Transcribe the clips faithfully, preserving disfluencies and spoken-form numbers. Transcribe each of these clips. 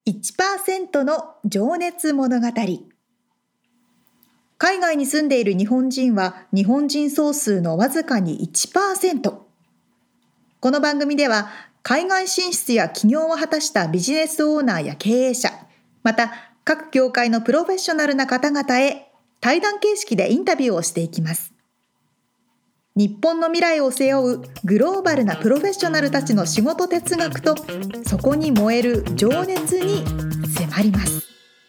いちパーセント の情熱物語。海外に住んでいる日本人は日本人総数のわずかに いちパーセント。この番組では海外進出や起業を果たしたビジネスオーナーや経営者、また各業界のプロフェッショナルな方々へ対談形式でインタビューをしていきます。日本の未来を背負うグローバルなプロフェッショナルたちの仕事哲学とそこに燃える情熱に迫ります。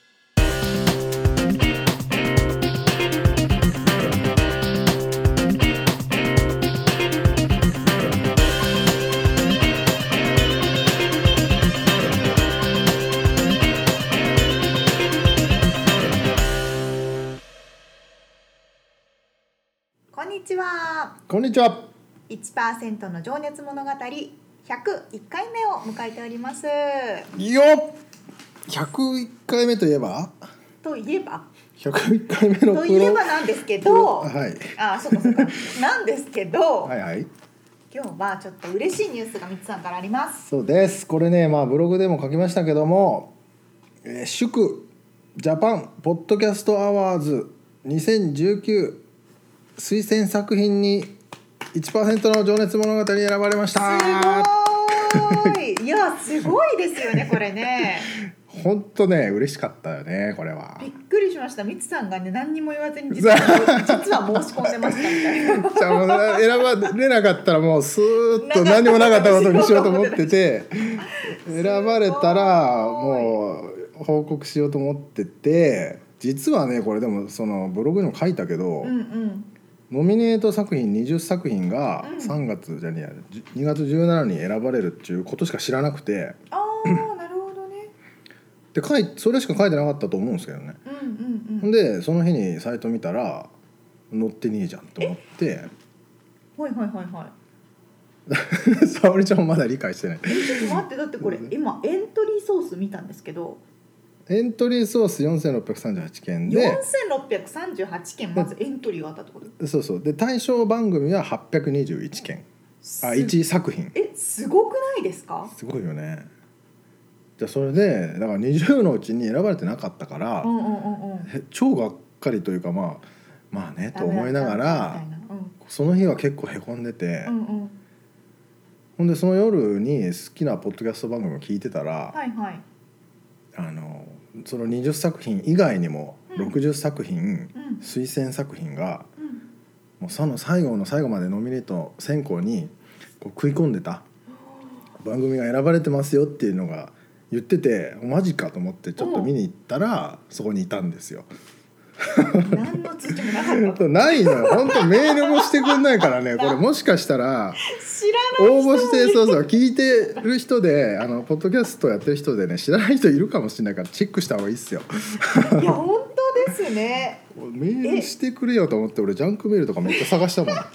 こんにちは。 こんにちは。 いちパーセント の情熱物語ひゃくいっかいめを迎えております。 よっひゃくいっかいめといえばといえばひゃくいっかいめのプロといえばなんですけど、 はい、 あ、そうかそうかなんですけどはいはい今日はちょっと嬉しいニュースがみつさんからあります。 そうです。これね、まあブログでも書きましたけども、えー、祝ジャパンポッドキャストアワーズにせんじゅうきゅう推薦作品に いちパーセント の情熱物語に選ばれました。 すごいいやすごいですよねこれね。 本当ね嬉しかったよねこれは。 びっくりしました。みつさんがね何にも言わずに実は実は申し込んでましたみたいな。 じゃあ選ばれなかったらもうスーッと何もなかったことにしようと思ってて選ばれたらもう報告しようと思ってて、実はねこれでもそのブログにも書いたけど、 うんうん、 ノミネート作品にじゅっさく品がさんがつじゃねえやにがつじゅうしちにちに選ばれるっていうことしか知らなくて、 あーなるほどね。 で書いそれしか書いてなかったと思うんですけどね、 うんうんうん、 でその日にサイト見たら載ってねえじゃんと思ってはいはいはいはい沙織ちゃんもまだ理解してない。 えちょっと待って、だってこれ今エントリーソース見たんですけどエントリーソースよんせんろっぴゃくさんじゅうはちけんでよんせんろっぴゃくさんじゅうはちけんまずエントリーがあったってこと。 そうそうで対象番組ははっぴゃくにじゅういっけん、あいちさく品。 えすごくないですか。 すごいよね。じゃあそれでだからにじゅうのうちに選ばれてなかったから、 うんうんうんうん、 超がっかりというかまあまあねと思いながら、うん、その日は結構へこんでて、うんうん、ほんでその夜に好きなポッドキャスト番組を聞いてたら、 はいはい、 あのそのにじゅっさく品以外にもろくじゅっさく品、うん、推薦作品が、うん、もうその最後の最後までノミネート選考にこう食い込んでた番組が選ばれてますよっていうのが言ってて、マジかと思ってちょっと見に行ったらそこにいたんですよ。 何の通知もなかったないのよ。本当メールもしてくんないからね。これもしかしたら知らない人応募してそうそう聞いてる人であのポッドキャストやってる人でね知らない人いるかもしれないからチェックした方がいいっすよ。 いや本当ですね。 メールしてくれよと思って俺ジャンクメールとかめっちゃ探したもん。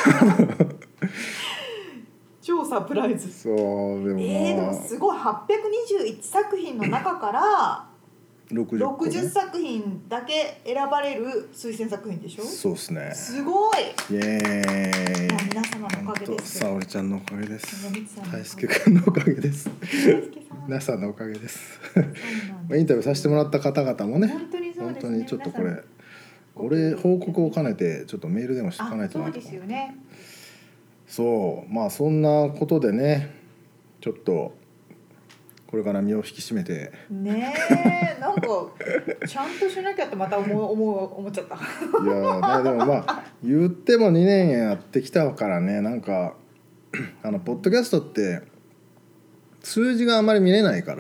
超サプライズ。 そうでも、まあ、 えー、でもすごいはっぴゃくにじゅういちさく品の中からろくじゅっこ、ね、ろくじゅっさく品だけ選ばれる推薦作品でしょ。 そうですね。 すごい。 イエーイ。 皆様のおかげです。 沙織ちゃんのおかげです。大輔くんのおかげです。皆さんのおかげです。インタビューさせてもらった方々もね、 本当にそうですね、 本当にちょっとこれ俺報告を兼ねてちょっとメールでもしとかないとなと。 そうですよね。 そうまあそんなことでねちょっとこれから身を引き締めてねえなんかちゃんとしなきゃってまた思う思う思っちゃった。 いやでもまあ言ってもにねんやってきたからね、なんかあのポッドキャストって数字があまり見れないから、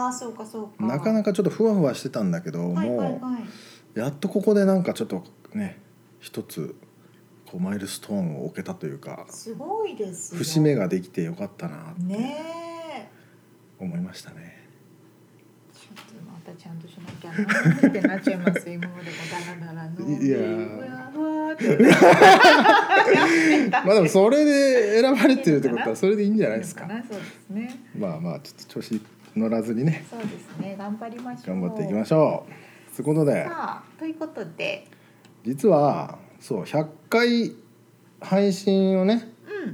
あそうかそうかなかなかちょっとふわふわしてたんだけども、はいはいはい、やっとここでなんかちょっとね一つこうマイルストーンを置けたというか、 すごいですよ。 節目ができてよかったなってね思いましたね。 ちょっとまたちゃんとしなきゃなってなっちゃいます今までもダラダラのいやまあでもそれで選ばれてるってことはそれでいいんじゃないですか。 そうですね。 まあまあちょっと調子乗らずにね。 そうですね。頑張りましょう。 頑張っていきましょう。ということで。 さあということで。 実はそうひゃっかい配信をね、 うん、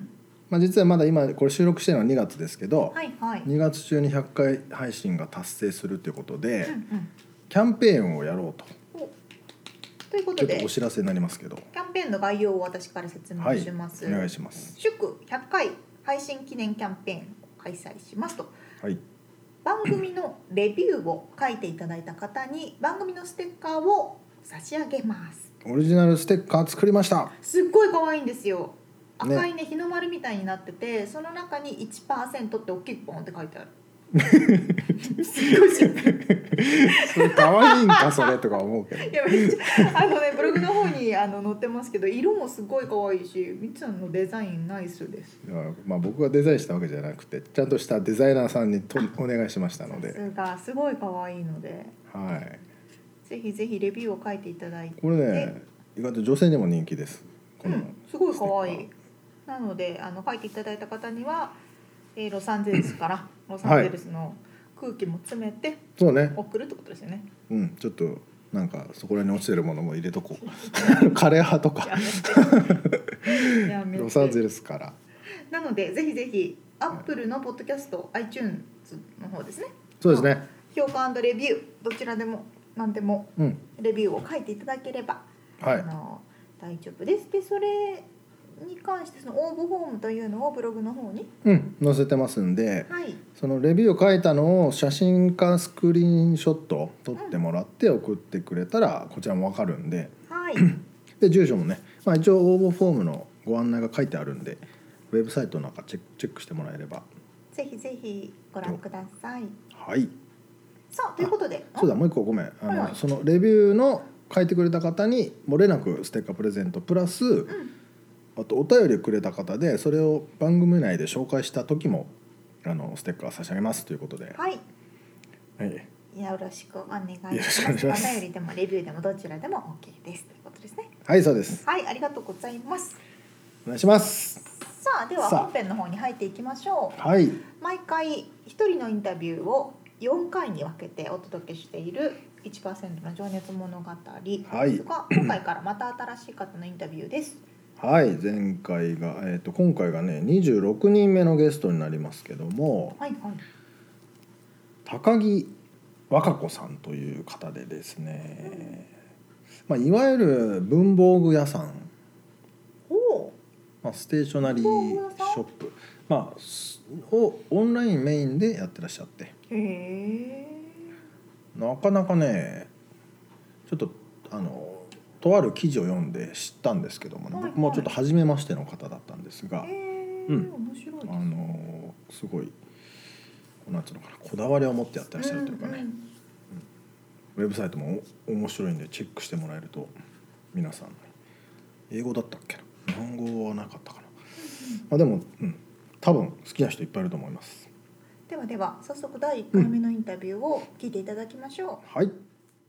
まあ、実はまだ今これ収録してるのはにがつですけど、 はいはい、 にがつ中にひゃっかい配信が達成するということで、 うんうん、 キャンペーンをやろうと。 ということでちょっとお知らせになりますけど、 キャンペーンの概要を私から説明します、 はい、お願いします。 祝ひゃっかい配信記念キャンペーンを開催しますと、 はい、 番組のレビューを書いていただいた方に番組のステッカーを差し上げます。 オリジナルステッカー作りました。 すっごい可愛いんですよ。赤いね、日の丸みたいになってて、その中に いちパーセント って大きくポンって書いてある。すごいシンプル。 それ可愛いんかそれとか思うけど。 いやめっちゃあのねブログの方にあの載ってますけど、色もすごい可愛いし、みつさんのデザインナイスです。 いや、まあ僕がデザインしたわけじゃなくて、ちゃんとしたデザイナーさんにとお願いしましたので。 さすがすごい可愛いので、 はい。 ぜひぜひレビューを書いていただいて。 これね、意外と女性にも人気です。このうん、すごい可愛い。なのであの書いていただいた方には、えー、ロサンゼルスからロサンゼルスの空気も詰めてそうね送るってことですよね。 うん、ちょっとなんかそこらに落ちてるものも入れとこう。カレー派とか。 やめてロサンゼルスから。 なのでぜひぜひアップルのポッドキャスト、iTunes の方ですね。 そうですね。 評価&レビューどちらでも何でもレビューを書いていただければ、 うん、はい、 あの大丈夫です。でそれに関してその応募フォームというのをブログの方に、 うん、載せてますんで、 はい、 そのレビューを書いたのを写真かスクリーンショット撮ってもらって送ってくれたらこちらも分かるんで、 はい、 で住所もね、まあ、一応応募フォームのご案内が書いてあるんでウェブサイトなんかチェック、チェックしてもらえればぜひぜひご覧ください。 はい。 さあということで、 そうだもう一個ごめんあの、 はいはい、 そのレビューの書いてくれた方に漏れなくステッカープレゼントプラス、うん、あとお便りをくれた方でそれを番組内で紹介した時もあのステッカー差し上げますということで、 はい、 はい、 よろしくお願いします。お便りでもレビューでもどちらでも OK ですということですね。 はいそうです。 はい、ありがとうございます。 お願いします。 さあでは本編の方に入っていきましょう。 はい。 毎回一人のインタビューをよんかいに分けてお届けしている いちパーセント の情熱物語ですが、はい、今回からまた新しい方のインタビューです。 はい、前回が、えーと、今回がねにじゅうろくにんめのゲストになりますけども、 はいはい、 高木和歌子さんという方でですね、うん、まあ、いわゆる文房具屋さん、 お、 まあ、ステーショナリーショップ、まあ、をオンラインメインでやってらっしゃって、 へー、 なかなかねちょっとあのとある記事を読んで知ったんですけどもね、はいはい、僕もちょっと初めましての方だったんですが、 へー、うん、面白いですね。 あのすごいなんていうのかな、こだわりを持ってやってらっしゃるというかね、うんうん、ウェブサイトも面白いんでチェックしてもらえると皆さん、ね、英語だったっけな、日本語はなかったかな、うんうん、まあ、でも、うん、多分好きな人いっぱいいると思います。 ではでは早速だいいっかいめのインタビューを聞いていただきましょう、うん、はい。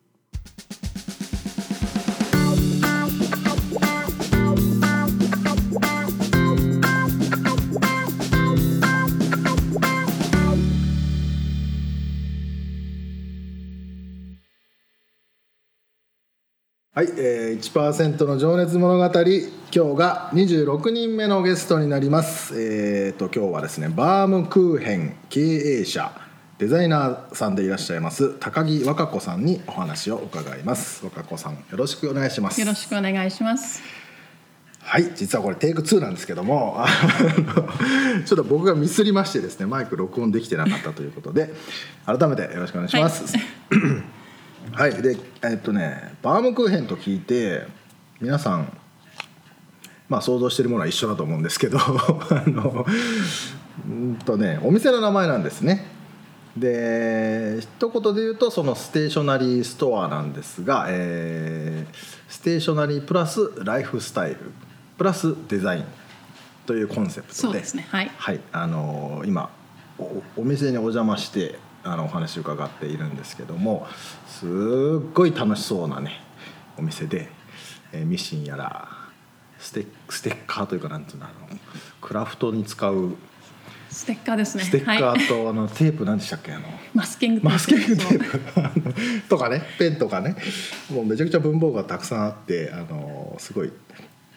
はい、えー、いちパーセント の情熱物語、今日がにじゅうろくにんめのゲストになります。えーと今日はですね、バームクーヘン経営者デザイナーさんでいらっしゃいます高木和歌子さんにお話を伺います。和歌子さん、よろしくお願いします。 よろしくお願いします。 はい、実はこれテイクツーなんですけどもあのちょっと僕がミスりましてですね、マイク録音できてなかったということで改めてよろしくお願いします。はいはい、でえっとねバームクーヘンと聞いて皆さん、まあ、想像しているものは一緒だと思うんですけどあのうんとねお店の名前なんですね。で一言で言うとそのステーショナリーストアなんですが、えー、ステーショナリープラスライフスタイルプラスデザインというコンセプトで、 そうですね、はいはい、あの今 お, お店にお邪魔してあのお話を伺っているんですけども、すっごい楽しそうなねお店で、えー、ミシンやらス テ, ステッカーというかなんていうの、あのクラフトに使うステッカーですね。 ステッカーと、 はい、 あのテープなんでしたっけ、あのマスキングテープ、 マスキングテープとかね、ペンとかね、もうめちゃくちゃ文房具がたくさんあって、あのすごい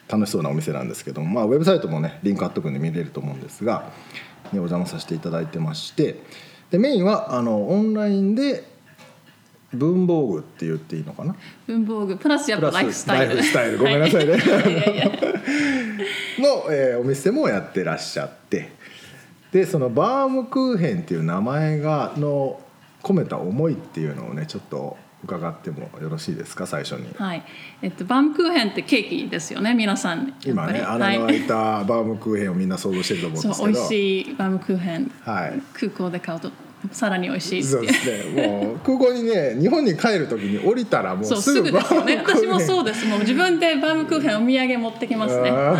楽しそうなお店なんですけども、まあ、ウェブサイトもねリンク貼っとくんで見れると思うんですが、ね、お邪魔させていただいてまして、でメインはあのオンラインで文房具って言っていいのかな、 文房具プラスやっぱライフスタイルライフスタイルごめんなさいね、 はい、いやいやの、えー、お店もやってらっしゃって、でそのバームクーヘンっていう名前がの込めた思いっていうのをねちょっと伺ってもよろしいですか、最初に。 はい、えっと、バームクーヘンってケーキですよね、皆さん。 今ね穴の開いたバームクーヘンをみんな想像してると思うんですけど、 そう美味しいバームクーヘン、 はい、 空港で買うとさらに美味しいってそうですね、もう空港にね日本に帰る時に降りたらもうそうすぐバすぐですよね。 ームクーヘン私もそうです。もう自分でバームクーヘンお土産持ってきますね。 はい、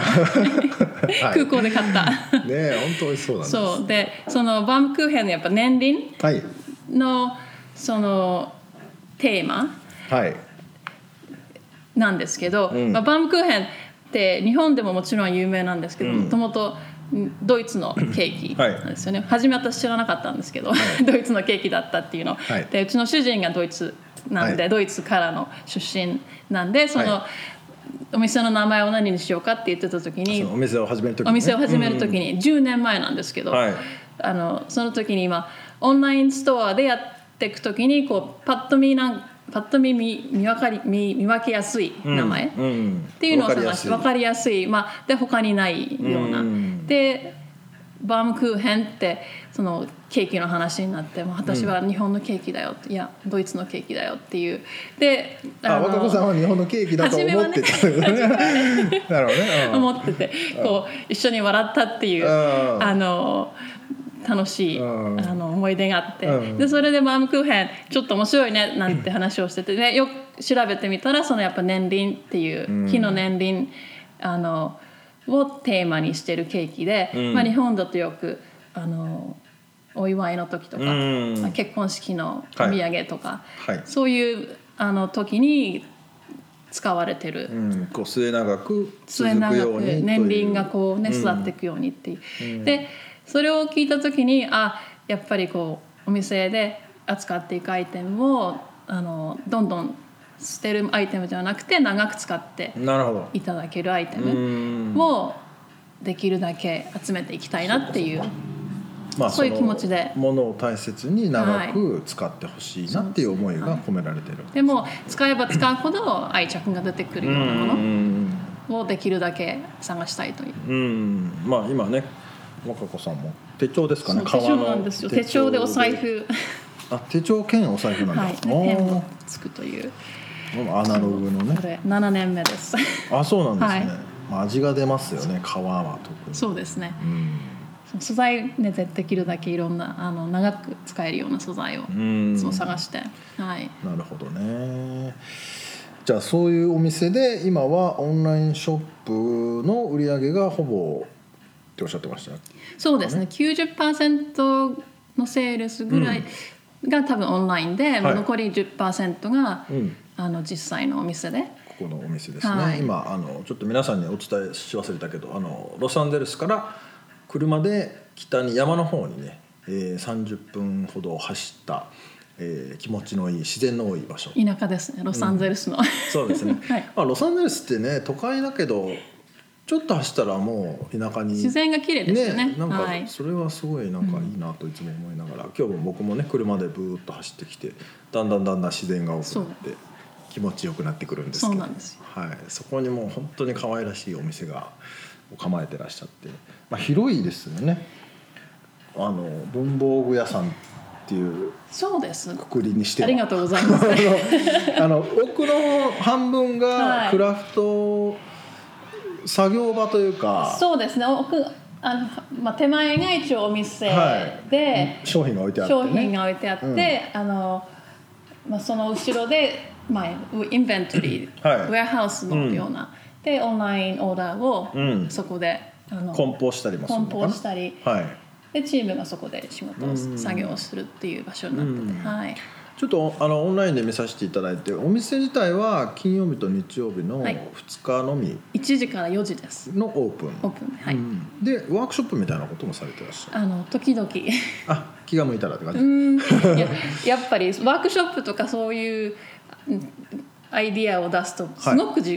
空港で買ったねえ本当美味しそうなんです。 そうでそのバームクーヘンのやっぱ年輪はいのそのテーマはいなんですけど、 うんまあ、バームクーヘンって日本でももちろん有名なんですけど、 うんもともとドイツのケーキなんですよね、はい、初め私知らなかったんですけど、はい、ドイツのケーキだったっていうの、はい、でうちの主人がドイツなんで、はい、ドイツからの出身なんでその、はい、お店の名前を何にしようかって言ってた時に、 そのお店を始める時に、ね、 お店を始める時にじゅうねんまえなんですけど、はい、あのその時に今オンラインストアでやっていく時にこうパッと見なんパッと見 見, 見, 分かり 見, 見分けやすい名前、うんうん、っていうのを探して分かりやすい、まあ、で他にないような、うん、でバームクーヘンってそのケーキの話になって、私は日本のケーキだよって、いやドイツのケーキだよっていうで、 あ和歌子さんは日本のケーキだと思ってた、ねね、なるほどね、 思っててこう一緒に笑ったっていうあの楽しいあの思い出があって、でそれでバームクーヘンちょっと面白いねなんて話をしてて、ね、よく調べてみたらそのやっぱ年輪っていう木の年輪あのをテーマにしてるケーキで、まあ、日本だとよくあのお祝いの時とか、まあ、結婚式のお土産とか、はいはい、そういうあの時に使われてる、 うん、こう末永く続くように年輪がこう、ね、育っていくようにっていう、うん、でそれを聞いた時にあやっぱりこうお店で扱っていくアイテムをあのどんどん捨てるアイテムではなくて長く使っていただけるアイテムをできるだけ集めていきたいなっていう、まあ、そういう気持ちで物を大切に長く使ってほしいなっていう思いが込められてる、はい、 でも使えば使うほど愛着が出てくるようなものをできるだけ探したいという、 うん、まあ今ね和歌子さんも手帳ですかね、 手帳なんですよ。手帳でお財布あ手帳兼お財布なんだ、はい、 ペンをつくというアナログのね、 これななねんめです。 あそうなんですね、はい、味が出ますよね、皮は特に。 そうですね、うん、素材ねできるだけいろんなあの長く使えるような素材をいつも探して、はい、 なるほどね。じゃあそういうお店で今はオンラインショップの売り上げがほぼっておっしゃってました。 そうですね、きゅうじゅっパーセントのセールスぐらいが多分オンラインで、うん、残り じゅっパーセント が、うん、あの実際のお店でここのお店ですね、 はい、 今あのちょっと皆さんにお伝えし忘れたけどあのロサンゼルスから車で北に山の方にね、えー、さんじゅっぷんほど走った、えー、気持ちのいい自然の多い場所、 田舎ですねロサンゼルスの、うん、 そうですね、はい、まあ、ロサンゼルスってね都会だけどちょっと走ったらもう田舎に自然が綺麗ですよね、 ね、なんかそれはすごいなんかいいなといつも思いながら、うん、今日も僕もね車でブーッと走ってきてだんだんだんだん自然が多くなって気持ちよくなってくるんですけど、 そうなんですよ、 はい、そこにもう本当に可愛らしいお店が構えてらっしゃって、まあ、広いですよね。あの文房具屋さんっていうくくりにしては、 ありがとうございますあの奥の半分がクラフト、はい、作業場というか、 そうですね、奥あの、まあ、手前が一応お店で、はい、 商品が置いてあって、ね、 商品が置いてあって、うん、あのまあ、その後ろで、まあ、インベントリー、はい、ウェアハウスのような、うん、でオンラインオーダーをそこで、うん、あの梱包したりもするのかな、 梱包したり、はい、でチームがそこで仕事を、うん、作業をするっていう場所になってて、うん、はい、 ちょっとあのオンラインで見させていただいて、お店自体は金曜日と日曜日のふつかのみ、はい、 いちじからよじですのオープン、 オープン、はい、うん、 でワークショップみたいなこともされてらっしゃる。 あの時々 あ気が向いたらって感じ。 うん、や, やっぱりワークショップとかそういうアイディアを出すとすごくじ、はい、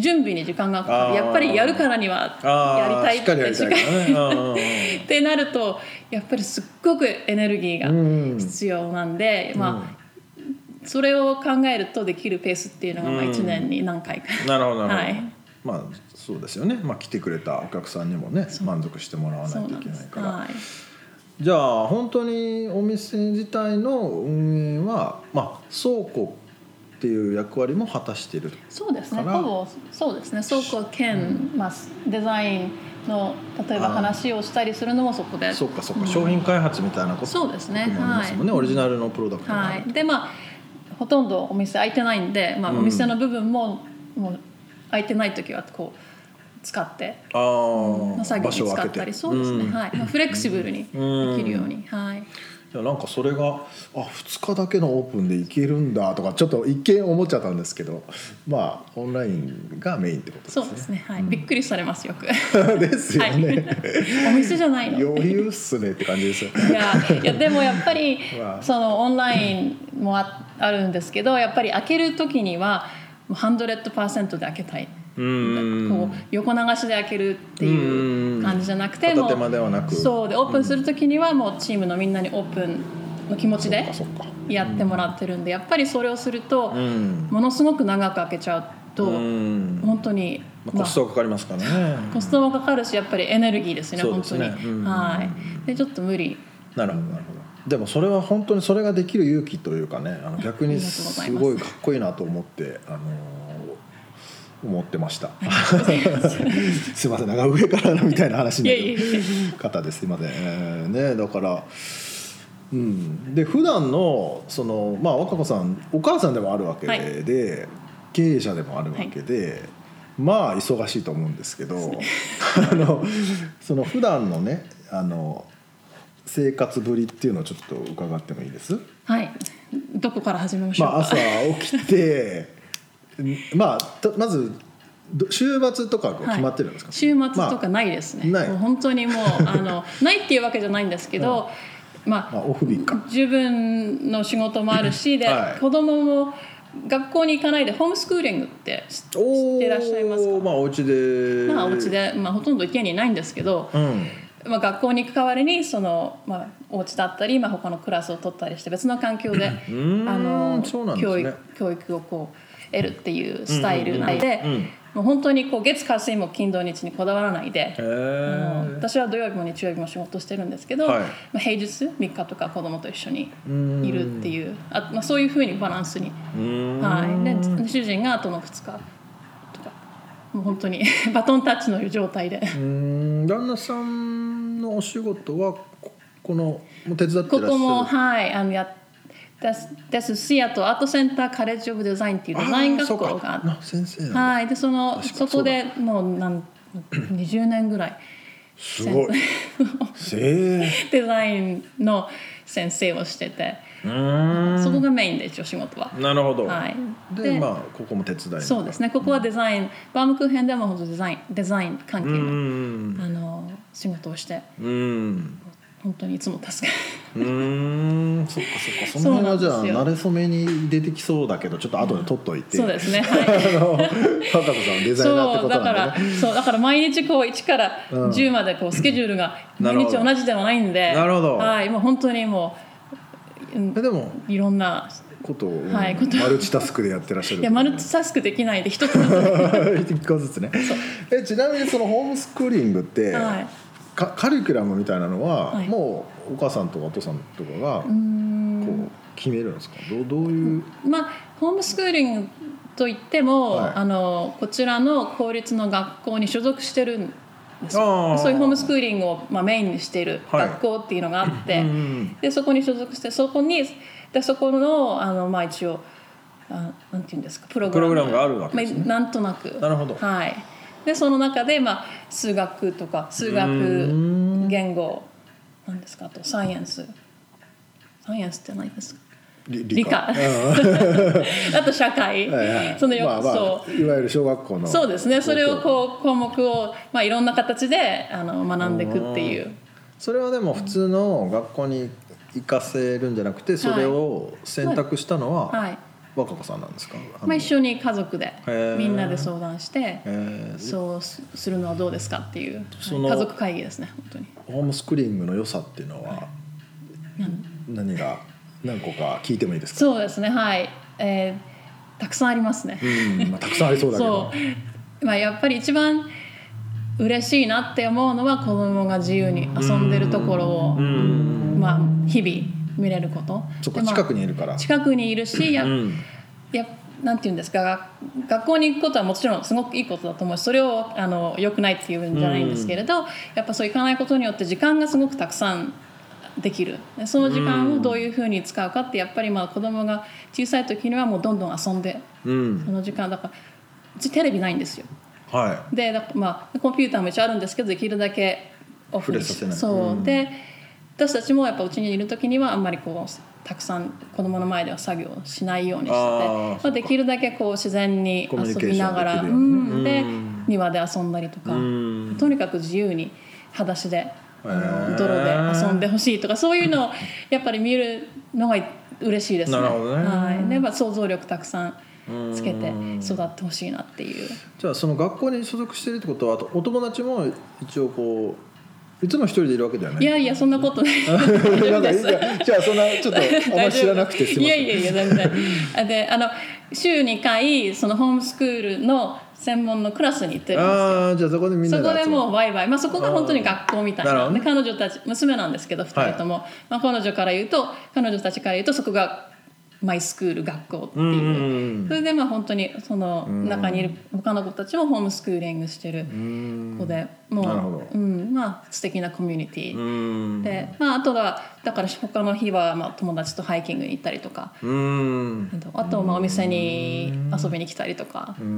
準備に時間がかかる。やっぱりやるからにはやりたいってしっかりってなるとやっぱりすっごくエネルギーが必要なんで、うんまあそれを考えるとできるペースっていうのがまあいちねんに何回か、 うん、なるほどなるほど、はい、まあそうですよね、まあ、来てくれたお客さんにもね満足してもらわないといけないから、はい、じゃあ本当にお店自体の運営は、まあ、倉庫っていう役割も果たしている。 そうですね、ほぼそうですね、倉庫兼、うんまあ、デザインの例えば話をしたりするのもそこで、 そうかそうか、うん、商品開発みたいなことそうですね、 もありますもんね、はい、オリジナルのプロダクトがある、 はい、でまあほとんどお店開いてないんで、まあ、お店の部分も、うん、もう開いてない時はこう使ってあ、 うん、作業に使ったりそうですね、うんはいまあ、フレキシブルにできるように、うんはい、 いやなんかそれがあふつかだけのオープンでいけるんだとかちょっと一見思っちゃったんですけど、まあオンラインがメインってことですね。 そうですね、はい、うん、びっくりされますよくですよね、 はい、お店じゃないの余裕っすねって感じですよいやいやでもやっぱり、まあ、そのオンラインも あ, あるんですけどやっぱり開ける時にはひゃくパーセントで開けたい。うんこう横流しで開けるっていう感じじゃなくて、 片手間ではなくそうでオープンする時にはもうチームのみんなにオープンの気持ちでやってもらってるんで、やっぱりそれをするとものすごく長く開けちゃうと本当に、 まあ、コストがかかりますからね。 コストもかかるしやっぱりエネルギーですね、本当に、はい、でちょっと無理。 なるほどなるほど。でもそれは本当にそれができる勇気というかね、あの逆にすごいかっこいいなと思ってあの思ってました。すいません、なんか上からのみたいな話になる方ですいません、えー、ねだから、うん、で普段のそのまあ和歌子さんお母さんでもあるわけで、はい、経営者でもあるわけで、はい、まあ忙しいと思うんですけど、あのその普段のねあの生活ぶりっていうのをちょっと伺ってもいいです？ はい。どこから始めましょうか。 まあ、朝起きてまあまず週末とか決まってるんですか？はい、 週末とかないですね。まあ、もう本当にもうあのないっていうわけじゃないんですけど、うん、まあ、まあ、 オフ日か。 自分の仕事もあるしで、はい、子供も学校に行かないでホームスクーリングって知ってらっしゃいますか？ まあお家で、 まあお家で、まあほとんど家にいないんですけど。うんまあ、学校に行く代わりにその、まあ、お家だったり、まあ、他のクラスを取ったりして別の環境であの、 そうなんですね、 教育、教育をこう得るっていうスタイルなので、うんうんうん、もう本当にこう月火水も金土日にこだわらないで、あの私は土曜日も日曜日も仕事してるんですけど、はい、まあ、平日みっかとか子供と一緒にいるっていうあ、まあ、そういうふうにバランスに、はい、で主人があとのふつかとかもう本当にバトンタッチの状態で。うーん、旦那さんのお仕事はこの手伝ってらっしゃる？ ここもはいあのやですですし、あとアートセンターカレッジオブデザインっていうデザイン学校があって、 先生なんだ。はい、でそのそこでもうなんにじゅうねんぐらいすごいデザインの先生をしてて、うーんそこがメインで一応仕事は。 なるほど。 はい、 で, でまあここも手伝い。 そうですね。ここはデザイン、うん、バームクーヘンでも本当デザインデザイン関係の、あの仕事をして、うん本当にいつも助かる。うーんそっかそっか、その辺はじゃあ慣れ初めに出てきそうだけどちょっと後で取っといて、 うん、そうですね、はい、あの若田さんデザイナーってことなんで、ね、そうだからそうだから毎日こういちからじゅうまでこうスケジュールが毎日同じではないんで、 なるほど、 はい、もう本当にもうでもいろんなことを、はい、マルチタスクでやってらっしゃる、ね、 いやマルチタスクできないで一つずつ一個ずつね。えちなみにそのホームスクーリングって、はい、かカリキュラムみたいなのは、はい、もうお母さんとかお父さんとかがこう決めるんですか？どう、どういう、 まあホームスクーリングといっても、はい、あのこちらの公立の学校に所属してるんですよ。そういうホームスクーリングを、まあ、メインにしている学校っていうのがあって、はい、でそこに所属してそこにでそこの、あの、まあ、一応あなんていうんですかプログラム、 プログラムがあるわけですね。 まあ、なんとなく。 なるほど。 はい。でその中で、まあ、数学とか数学言語なんですか、あとサイエンスサイエンスって何ですか？理, 理科あと社会、はいはい、そのよ、まあまあ、そういわゆる小学校のそうですね、それをこう項目を、まあ、いろんな形であの学んでいくっていう。 それはでも普通の学校に行かせるんじゃなくてそれを選択したのは、はいはい、 若子さんなんですか？ まあ、一緒に家族でみんなで相談して、 えー、 そうするのはどうですかっていう家族会議ですね。本当にホームスクリーニングの良さっていうのは何が何個か聞いてもいいですか？ そうですね、はい、えー、たくさんありますね。 うん、まあ、たくさんありそうだけどそう、まあ、やっぱり一番嬉しいなって思うのは子供が自由に遊んでるところを、まあ、日々見れること。 そこ近くにいるから、まあ、 近くにいるし、や、うん、やなんていうんですか、学校に行くことはもちろんすごくいいことだと思うし、それをあの良くないっていうんじゃないんですけれど、うん、やっぱそう行かないことによって時間がすごくたくさんできる。その時間をどういうふうに使うかって、やっぱりまあ子供が小さい時にはもうどんどん遊んで、うん、その時間だからうちテレビないんですよ。 はい、 でだまあ、コンピューターも一応あるんですけど、できるだけオフにして、そう、うん、で私たちもやっぱうちにいる時にはあんまりこうたくさん子供の前では作業しないようにしてて、あ、まあ、できるだけこう自然に遊びながら、うん、で庭で遊んだりとか、うん、とにかく自由に裸足であの泥で遊んでほしいとか、そういうのをやっぱり見るのが嬉しいですね。 なるほどね。 はい、でやっぱ想像力たくさんつけて育ってほしいなっていう。 じゃあその学校に所属してるってことは、あとお友達も一応こういつも一人でいるわけではない？ いやいや、そんなことないなんかいいじゃあそんなちょっとあんま知らなくてすいません。 いやいやいや全然で、あの週にかいそのホームスクールの専門のクラスに行ってるんですよ。 あ、じゃあそこでみんなでそこでもうワイワイ、まあ、そこが本当に学校みたい な, なで彼女たち娘なんですけどふたりとも、はい、まあ、彼女から言うと彼女たちから言うとそこがマイスクール学校っていう、うん、それでまあ本当にその中にいる他の子たちもホームスクーリングしてる子で、もう、なるほど、うん、まあ素敵なコミュニティで、まあ、あとはだから他の日はまあ友達とハイキングに行ったりとか、うん、あとまあお店に遊びに来たりとか、うん、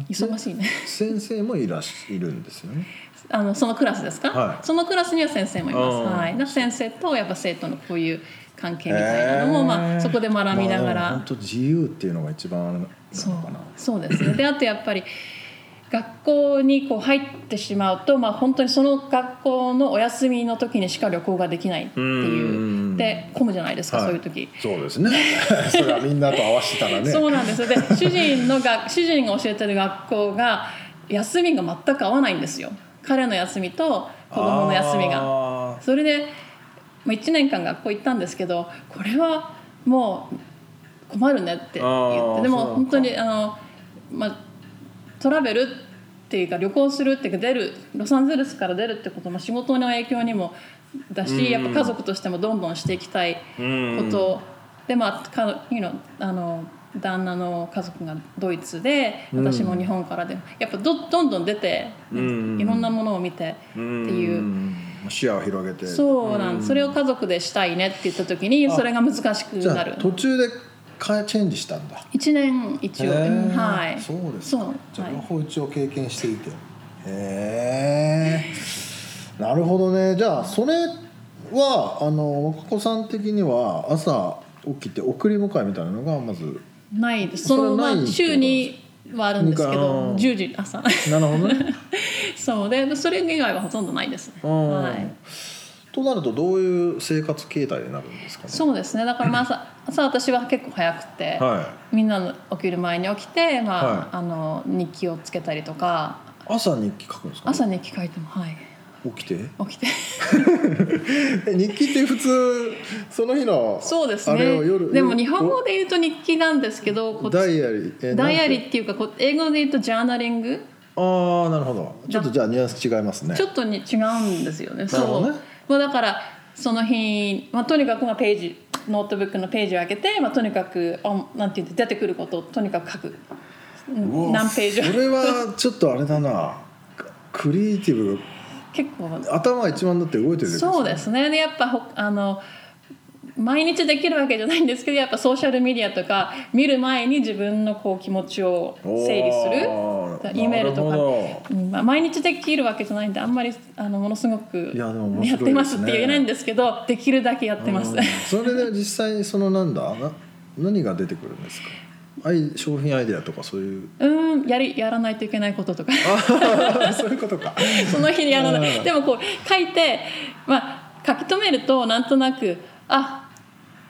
忙しいね。 先生もいらっしいるんですよね。 あのそのクラスですか？はい、そのクラスには先生もいます。はい、だ先生とやっぱ生徒のこういう関係みたいなのも、まあ、そこで学びながら、まあ、 本当自由っていうのが一番あるのかな。 そう、そうですね。であとやっぱり学校にこう入ってしまうと、まあ、本当にその学校のお休みの時にしか旅行ができないっていうで混むじゃないですか、はい、そういう時。 そうですねそれはみんなと合わせたらねそうなんですよ。で主人のが主人が教えてる学校が休みが全く合わないんですよ。彼の休みと子供の休みが。それでいちねんかん学校行ったんですけど、これはもう困るねって言って、でも本当にあの、まあ、トラベルっていうか旅行するっていうか出るロサンゼルスから出るってことも仕事の影響にもだし、やっぱ家族としてもどんどんしていきたいことで、まあかyou knowあの旦那の家族がドイツで私も日本からで、やっぱ ど, どんどん出て、ね、いろんなものを見てっていう視野を広げて、 そうなん、それを家族でしたいねって言った時にそれが難しくなる。 途中でチェンジしたんだ。 いちねん一応、はい、 そうですか。じゃあ両方一応経験していて、へえ、なるほどね。じゃあそれはあの若子さん的には朝起きて送り迎えみたいなのがまずないです。そのまあ週にはあるんですけどじゅうじ朝なるほどねそうで、それ以外はほとんどないですね、はい、 となるとどういう生活形態になるんですかね。 そうですね、だからまあ 朝, 朝私は結構早くて、はい、みんなの起きる前に起きて、まあはい、あの日記をつけたりとか。 朝日記書くんですか、ね、 朝日記書いても、はい、 起きて起きて日記って普通その日のそうですね、あれを夜でも日本語で言うと日記なんですけど、こダイアリー、 えダイアリーっていうかこ英語で言うとジャーナリング。 ああ、なるほど。ちょっとじゃあニュアンス違いますね。 ちょっとに違うんですよね。そう、ね、まあ、だからその日、まあ、とにかくまあページノートブックのページを開けて、まあ、とにかくなんて言って出てくることをとにかく書く。何ページ。 それはちょっとあれだな、クリエイティブ、 結構頭が一番だって動いてるんですね。 そうですね。でやっぱあの毎日できるわけじゃないんですけど、やっぱソーシャルメディアとか見る前に自分のこう気持ちを整理する、Eメールとか、うん、まあ、毎日できるわけじゃないんであんまりあのものすごくやってますって言えないんですけど、できるだけやってます。 それで実際そのなんだな何が出てくるんですか。商品アイデアとかそういう、 うん、やりやらないといけないこととかそういうことかその日にやらないでもこう書いて、まあ、書き留めるとなんとなく、あ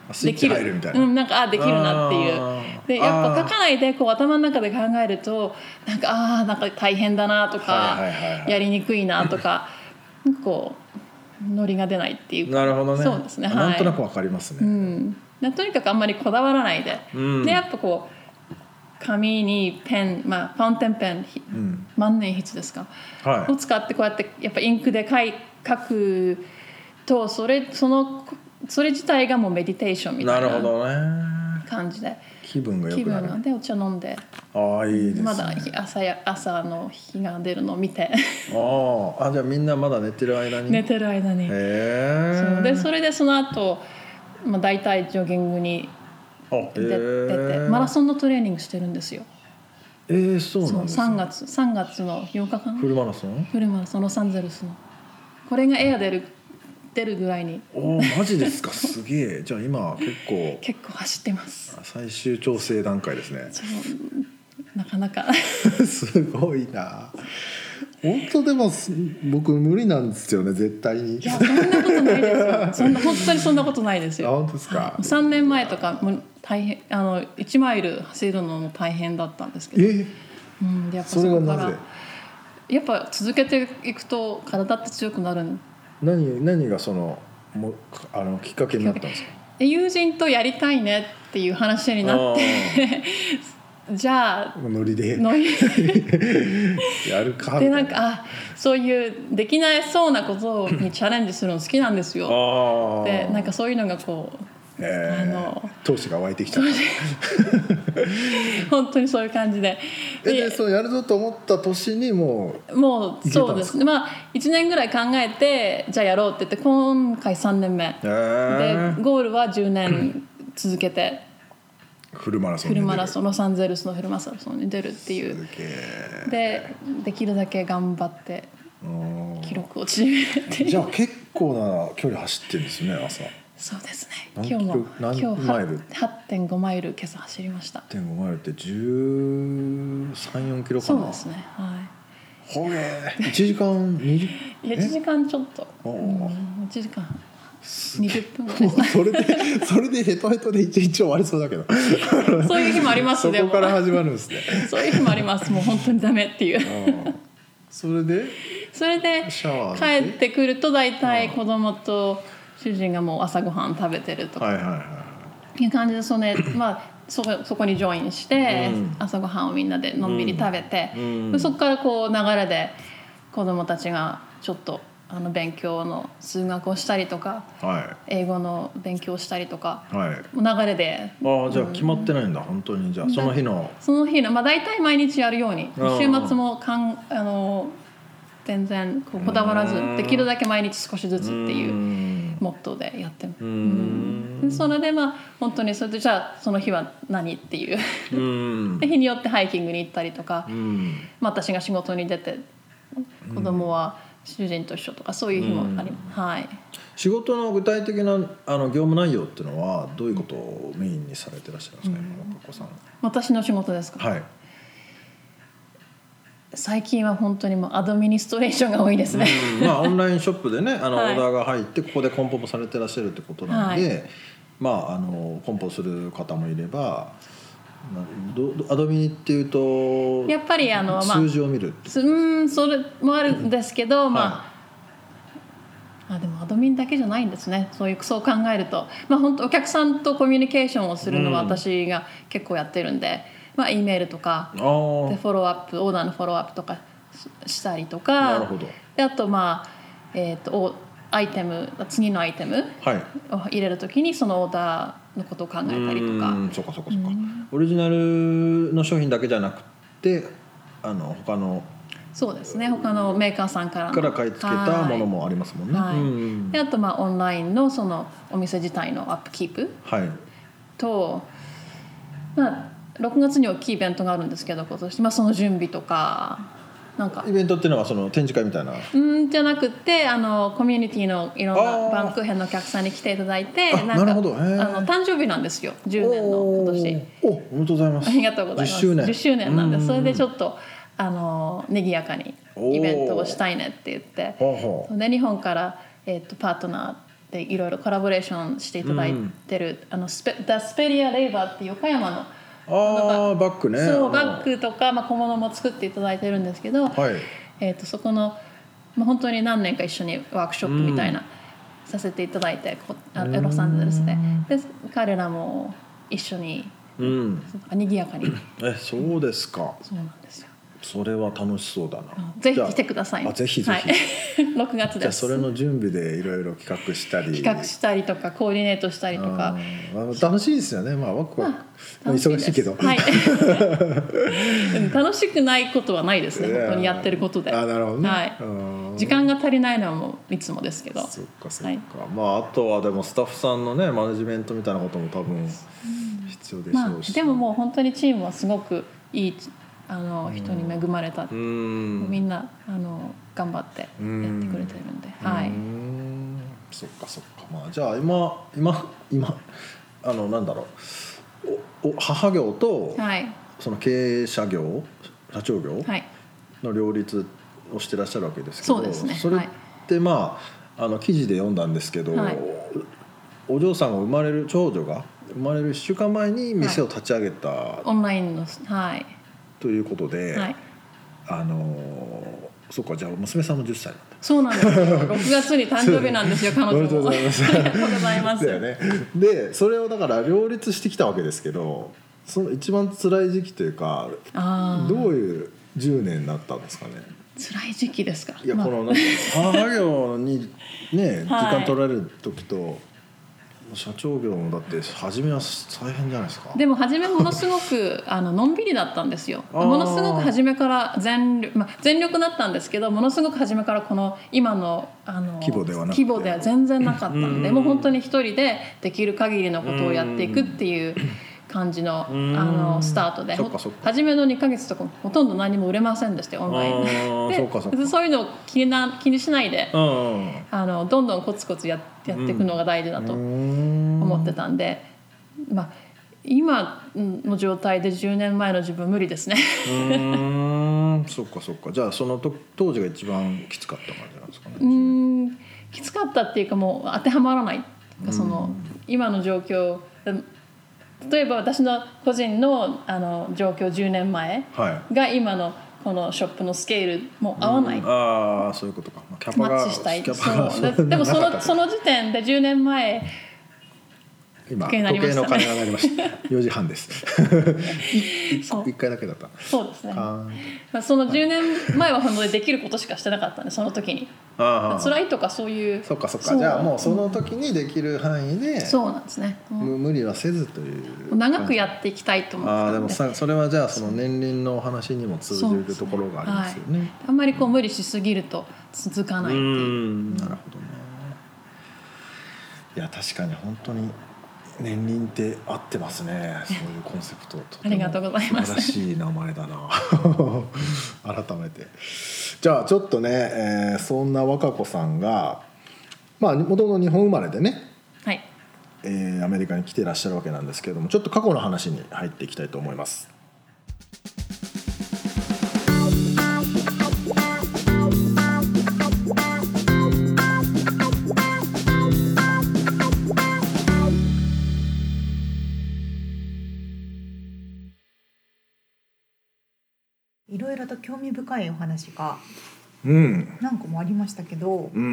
スイッチ入るみたいな、 うん、なんかあできるなっていうでやっぱ書かないでこう頭の中で考えるとなんかあなんか大変だなとか、はいはいはいはい、やりにくいなとかこうノリが出ないっていうか。 なるほどね。 そうですね、はい、 なんとなくわかりますね、 うん、とにかくあんまりこだわらないで、うん、でやっぱこう紙にペン、まあ、ファウンテンペン、うん、万年筆ですか、はい、を使ってこうやってやっぱインクで書い書くとそれそのそれ自体がもうメディテーションみたいな感じで、ね、 気分がよくなる。 気分でお茶飲んで、 ああいいですね。 まだ 朝, や朝の日が出るのを見てああじゃあみんなまだ寝てる間に寝てる間にへえ。 そうでそれでその後、まあ大体ジョギングに出てマラソンのトレーニングしてるんですよ。 えー、そうなんですね。 さんがつさんがつのようかかな。 フルマラソン？ フルマラソンロサンゼルスの。これがエア出る出るぐらいに。 おマジですか。すげえ。じゃあ今結構結構走ってます。 最終調整段階ですね。 そうなかなかすごいな。本当でも僕無理なんですよね絶対に。 いやそんなことないですよ。そんな本当にそんなことないですよ。 本当ですか。 さんねんまえとかも大変あのいちマイル走るのも大変だったんですけど。 えうん、やっぱそれがなぜ？ やっぱ続けていくと体って強くなる。 何何がそのもあのきっかけになったんですか？ 友人とやりたいねっていう話になってじゃあノリでノリやるかでなんかあそういうできなそうなことにチャレンジするの好きなんですよ。でなんかそういうのがこうあの闘志が湧いてきちゃった本当にそういう感じでででそうやるぞと思った年にもうもうそうですね。まあいちねんぐらい考えてじゃあやろうって言って今回さんねんめでゴールはじゅうねん続けてフルマラソンフルマラソンロサンゼルスのフルマラソンに出るっていうでできるだけ頑張って記録を縮めてじゃあ結構な距離走ってるんですね朝。 そうですね。今日も今日 はちてんごマイル今朝走りました。はちてんごマイルってじゅうさん、よんキロかな。 そうですね。はい。 ほえー、いちじかんにじゅういやいちじかんちょっと。うん、いちじかんにじゅっぷんぐらい。 それでそれでヘトヘトで一日終わりそうだけど。 そういう日もありますね。 そこから始まるんですね。 そういう日もあります。もう本当にダメっていう。 それでそれで帰ってくるとだいたい子供と主人がもう朝ごはん食べてるとか、はいはいはい、いう感じでその、ねまあ、そ, そこにジョインして、うん、朝ごはんをみんなでのんびり食べて、うんうん、そこからこう流れで子供たちがちょっとあの勉強の数学をしたりとか、はい、英語の勉強をしたりとか、はい、流れであじゃあ決まってないんだ、うん、本当にじゃあその日のその日の、まあ、大体毎日やるように週末もかんあの全然こうこだわらずできるだけ毎日少しずつっていうモットーでやってます。うんでそれでまあ本当にそれでじゃあその日は何っていうで日によってハイキングに行ったりとか、まあ、私が仕事に出て子供は主人と一緒とかそういう日もあります、はい、 仕事の具体的なあの業務内容っていうのはどういうことをメインにされてらっしゃるんですか、今のお子さん。 私の仕事ですか。はい。最近は本当にもうアドミニストレーションが多いですね、 うんまあ、オンラインショップでねあの、はい、オーダーが入ってここで梱包もされてらっしゃるってことなので、はい、まああの梱包する方もいればアドミニっていうとやっぱりあの、 数字を見るってことうんそれもあるんですけど、まあ、はい、あでもアドミニだけじゃないんですね。そういうそう考えると、まあ、本当お客さんとコミュニケーションをするのは私が結構やってるんで、まあ、Eメールとかでフォローアップオーダーのフォローアップとかしたりとか、 なるほど。 であとまあ、えー、とアイテム次のアイテムを入れるときにそのオーダーのことを考えたりとか、 うん、そうかそうかそうか、うん、オリジナルの商品だけじゃなくてあの他のそうですね他のメーカーさんからのから買い付けたものもありますもんね、 はい、 うん、 であとまあオンラインのそのお店自体のアップキープと、はい、まあろくがつに大きいイベントがあるんですけど今年、まあ、その準備とかなんかイベントっていうのはその展示会みたいなうんじゃなくてあのコミュニティのいろんなバンクーヘンのお客さんに来ていただいてなんかなるほどあの誕生日なんですよじゅうねんの今年。 おおめでとうございます。 ありがとうございます。 じゅっしゅうねんじゅっしゅうねんなんでそれでちょっとあの賑やかにイベントをしたいねって言ってで日本から、えー、とパートナでいろいろコラボレーションしていただいてる、うん、あのスペダスペリアレイバーっていう岡山のああバッグねそうバッグとか、まあ、小物も作っていただいてるんですけど、 はいえー、とそこの、まあ、本当に何年か一緒にワークショップみたいな、うん、させていただいてあロサンゼルスで、で彼らも一緒に、うん、賑やかにえそうですかそうなんですよそれは楽しそうだな。 ぜひ来てください。 あぜひぜひ、 はい、ろくがつです。 じゃあそれの準備でいろいろ企画したり企画したりとかコーディネートしたりとか楽しいですよね。まあ僕は忙しいけど、 はい、楽しくないことはないですね本当にやってることで。 あなるほどね、 はい、時間が足りないのはもういつもですけど。 そっかそっか、はい、まああとはでもスタッフさんのねマネジメントみたいなことも多分必要でしょうし、まあ、 でももう本当にチームはすごくいいあの人に恵まれた、うん、みんなあの頑張ってやってくれてるんで、うん、はい。 うんそっかそっか。まあじゃあ今今今あのなんだろうおお母業と、はい、その経営者業社長業の両立をしてらっしゃるわけですけど、 そうですね。 それってまああの記事で読んだんですけど、はい、お嬢さんが生まれる長女が生まれるいっしゅうかんまえに店を立ち上げた、はい、 オンラインのはいということで、はい、あのそうかじゃあ娘さんもじゅっさいなんだ。 そうなんですよろくがつに誕生日なんですよ彼女も。ありがとうございますありがとうございますだよね。でそれをだから両立してきたわけですけど、その一番辛い時期というかどういうじゅうねんになったんですかね。 辛い時期ですか。 いや、まあ、このなんか母業にね時間取られる時と社長業もだって初めは大変じゃないですか。 でも初めものすごくあののんびりだったんですよ。ものすごく初めから全力、まあ、全力だったんですけどものすごく初めからこの今の、あの規模ではなくて規模では全然なかったので、もう本当に一人でできる限りのことをやっていくっていう感じの、あのスタートで、初めのにかげつとかほとんど何も売れませんでしたよオンラインで。そうかそうか、そういうのを気にな、気にしないで、あのどんどんコツコツや、やっていくのが大事だと思ってたんで、まあ、今の状態でじゅうねんまえの自分無理ですね。 うーんそっかそっか。じゃあそのと当時が一番きつかった感じなんですかね。 うーんきつかったっていうかもう当てはまらない。その今の状況、例えば私の個人 の, あの状況じゅうねんまえが今のこのショップのスケールも合わない、うん、 ああそういうことか、まあ、キャパがマッチしたい。そうでもそのその時点でじゅうねんまえ今時計の鐘が鳴りましたよじはんですいっかいだけだった。 そうですね。そのじゅうねんまえは本当にできることしかしてなかったんで、その時にあ辛いとかそういう。 そっかそっか。じゃあもうその時にできる範囲で、うん、 そうなんですね、うん、 無理はせずという長くやっていきたいと思ってたんで。あでもさそれはじゃあその年輪のお話にも通じるところがありますよね。はい、 あんまりこう無理しすぎると続かないっていう。うん、 なるほどね。いや確かに本当に年輪って合ってますね。そういうコンセプトありがとうございます。 素晴らしい名前だな改めてじゃあちょっとね、えー、そんな和歌子さんがまあ元々日本生まれでね、 はいえー、アメリカに来ていらっしゃるわけなんですけれども、ちょっと過去の話に入っていきたいと思います。 いろいろと興味深いお話がうん何個もありましたけど、 うんうん、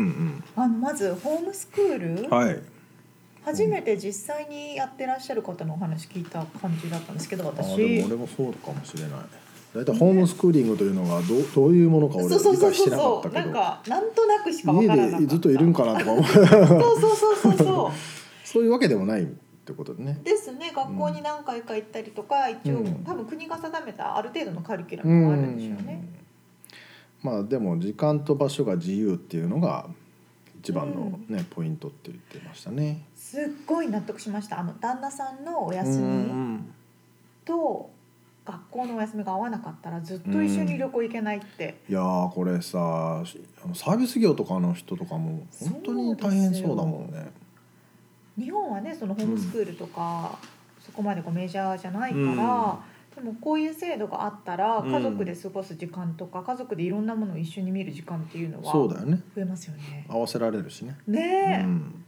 あのまずホームスクール、 はい、 初めて実際にやってらっしゃる方のお話聞いた感じだったんですけど、私あでも俺もそうかもしれない。だいたいホームスクーリングというのが ど, どういうものか俺は理解してなかったけど、 なんかなんとなくしか分からなかった。 家でずっといるんかなとか思うそうそうそうそうそうそういうわけでもないってことでね。 ですね。学校に何回か行ったりとか、一応、うん、多分国が定めたある程度のカリキュラムがあるんでしょうね。 うん、まあでも時間と場所が自由っていうのが一番のね、うん、ポイントって言ってましたね。 すっごい納得しました。あの旦那さんのお休みと学校のお休みが合わなかったらずっと一緒に旅行行けないって。 うん、いやーこれさサービス業とかの人とかも本当に大変そうだもんね。 日本はねそのホームスクールとか、うん、そこまでこうメジャーじゃないから、うん、でもこういう制度があったら家族で過ごす時間とか、うん、家族でいろんなものを一緒に見る時間っていうのは増えますよね。 合わせられるしね。 ねえ、 うん、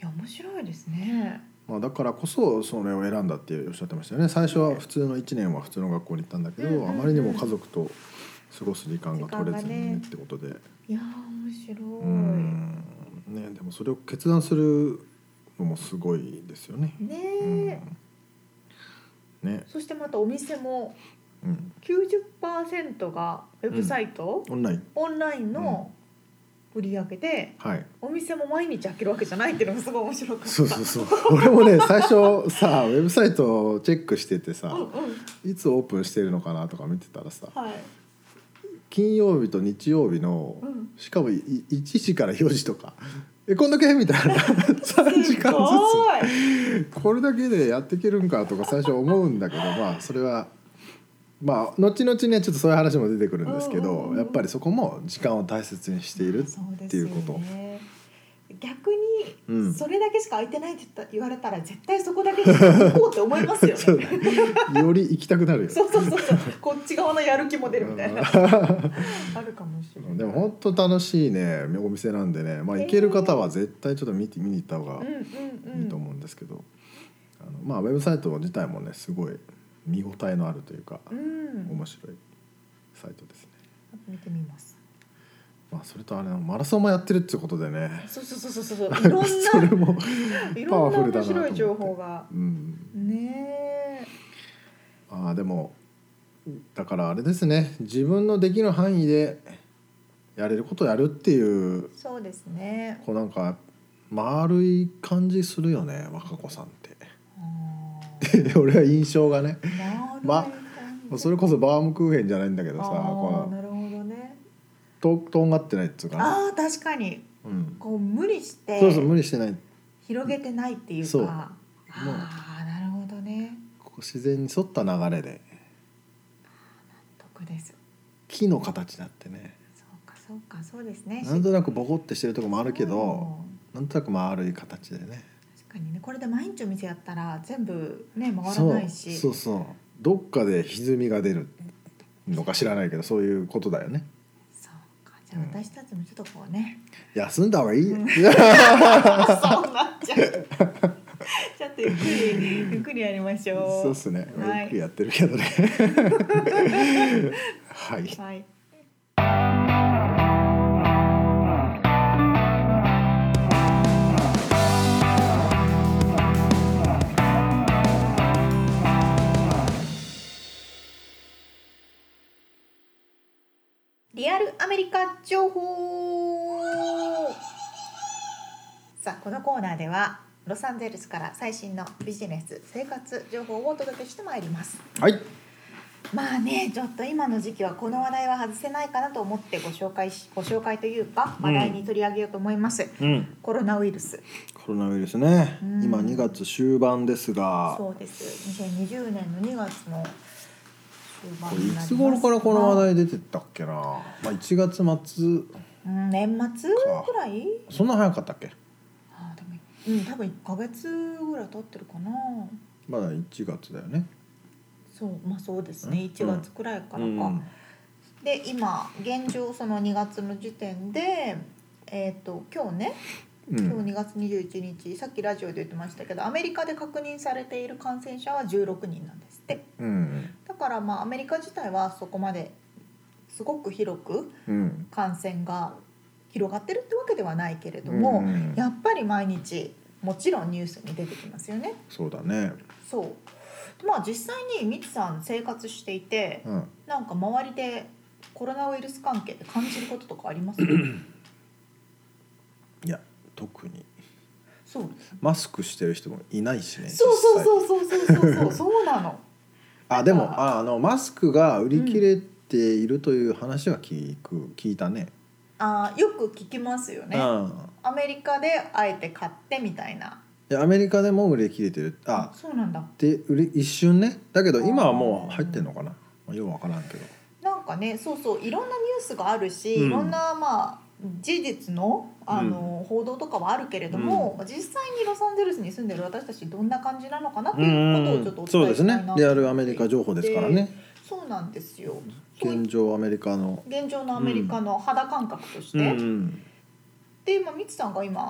や面白いですね。 まあ、だからこそそれを選んだっておっしゃってましたよね。最初は普通のいちねんは普通の学校に行ったんだけど、うんうんうん、あまりにも家族と過ごす時間が取れずにねってことで、ね、 いや面白い。 うんね、でもそれを決断するのもすごいですよね。 ね、うん、ね。そしてまたお店もきゅうじゅっパーセントがウェブサイト、 うん、オンラインオンラインの売り上げで、うん、はい、お店も毎日開けるわけじゃないっていうのがすごい面白かった。 そうそうそう俺もね最初さウェブサイトをチェックしててさ、うんうん、いつオープンしてるのかなとか見てたらさ、はい、金曜日と日曜日の、うん、しかもいちじからよじとかえこんだけみたいなさんじかんずつこれだけでやっていけるんかとか最初思うんだけどまあそれはまあ後々ねちょっとそういう話も出てくるんですけど、うんうんうん、やっぱりそこも時間を大切にしているっていうこと、ね、 逆にそれだけしか空いてないって言われたら絶対そこだけで行こうって思いますよねより行きたくなるよそうそうそうそうこっち側のやる気も出るみたいなあるかもしれない。 でも本当楽しいねお店なんでね、まあ、行ける方は絶対ちょっと見て見に行った方がいいと思うんですけど、あのまあウェブサイト自体もねすごい見応えのあるというか、うん、面白いサイトですね。 見てみます。 まあそれとあれマラソンもやってるっていうことでね。 そうそうそうそうそういろんなそれもパワフルだなと思って。いろんな面白い情報が、うん、ねえ。 ああでもだからあれですね自分のできる範囲でやれることをやるっていうそうですね。 こうなんか丸い感じするよね若子さんって。俺は印象がね、まあ、それこそバームクーヘンじゃないんだけどさこうなるほどねととんがってないっていうかなあ確かに、うん、こう無理してそうそう無理してない広げてないっていうかそうああなるほどねこう自然に沿った流れで納得です。 木の形だってねそうかそうかそうですねなんとなくボコってしてるとこもあるけどなんとなく丸い形でね確かにねこれで毎日お店やったら全部ね回らないしそうそうそうどっかで歪みが出るのか知らないけどそういうことだよね。 そうかじゃあ私たちもちょっとこうね、 うん、休んだ方がいい、うん、そうなっちゃうちょっとゆっくりゆっくりやりましょう。 そうっすね、はい、ゆっくりやってるけどねはい、はいリアルアメリカ情報。さあこのコーナーではロサンゼルスから最新のビジネス生活情報をお届けしてまいります。 はいまあねちょっと今の時期はこの話題は外せないかなと思ってご紹介しご紹介というか話題に取り上げようと思います、うん、コロナウイルスコロナウイルスね、うん、今にがつ終盤ですがそうですにせんにじゅうねんのにがつのこれいつ頃からこの話題出てたっけな、まあ、いちがつ末、 うん、年末ぐらいそんな早かったっけあでも、うん、多分いっかげつぐらい経ってるかなまだいちがつだよねそうまあそうですねいちがつくらいからか、うん、で今現状そのにがつの時点でえっと今日ね今日にがつにじゅういちにち、うん、さっきラジオで言ってましたけどアメリカで確認されている感染者はじゅうろくにんなんですって、うん、だからまあアメリカ自体はそこまですごく広く感染が広がってるってわけではないけれども、うん、やっぱり毎日もちろんニュースに出てきますよね。 そうだねそうまあ実際にミツさん生活していて、うん、なんか周りでコロナウイルス関係で感じることとかありますか？ いや特にそうマスクしてる人もいないしね。 そうそうそうそうそうそうそうそうなのあでもああのマスクが売り切れているという話は聞く聞いたね。 あよく聞きますよね。アメリカであえて買ってみたいな。 いやアメリカでも売り切れてる。あそうなんだ。 で売り一瞬ね。だけど今はもう入ってんのかな。まあ、よくわからんけど。 なんかねそうそういろんなニュースがあるし、うん、いろんなまあ事実のあの、うん、報道とかはあるけれども、うん、実際にロサンゼルスに住んでる私たちどんな感じなのかなっていうことをちょっとお伝えしたいなと思って。そうですね。 リアルアメリカ情報ですからね。 そうなんですよ。 現状アメリカの現状のアメリカの肌感覚として、うんうん、で今ミツさんが今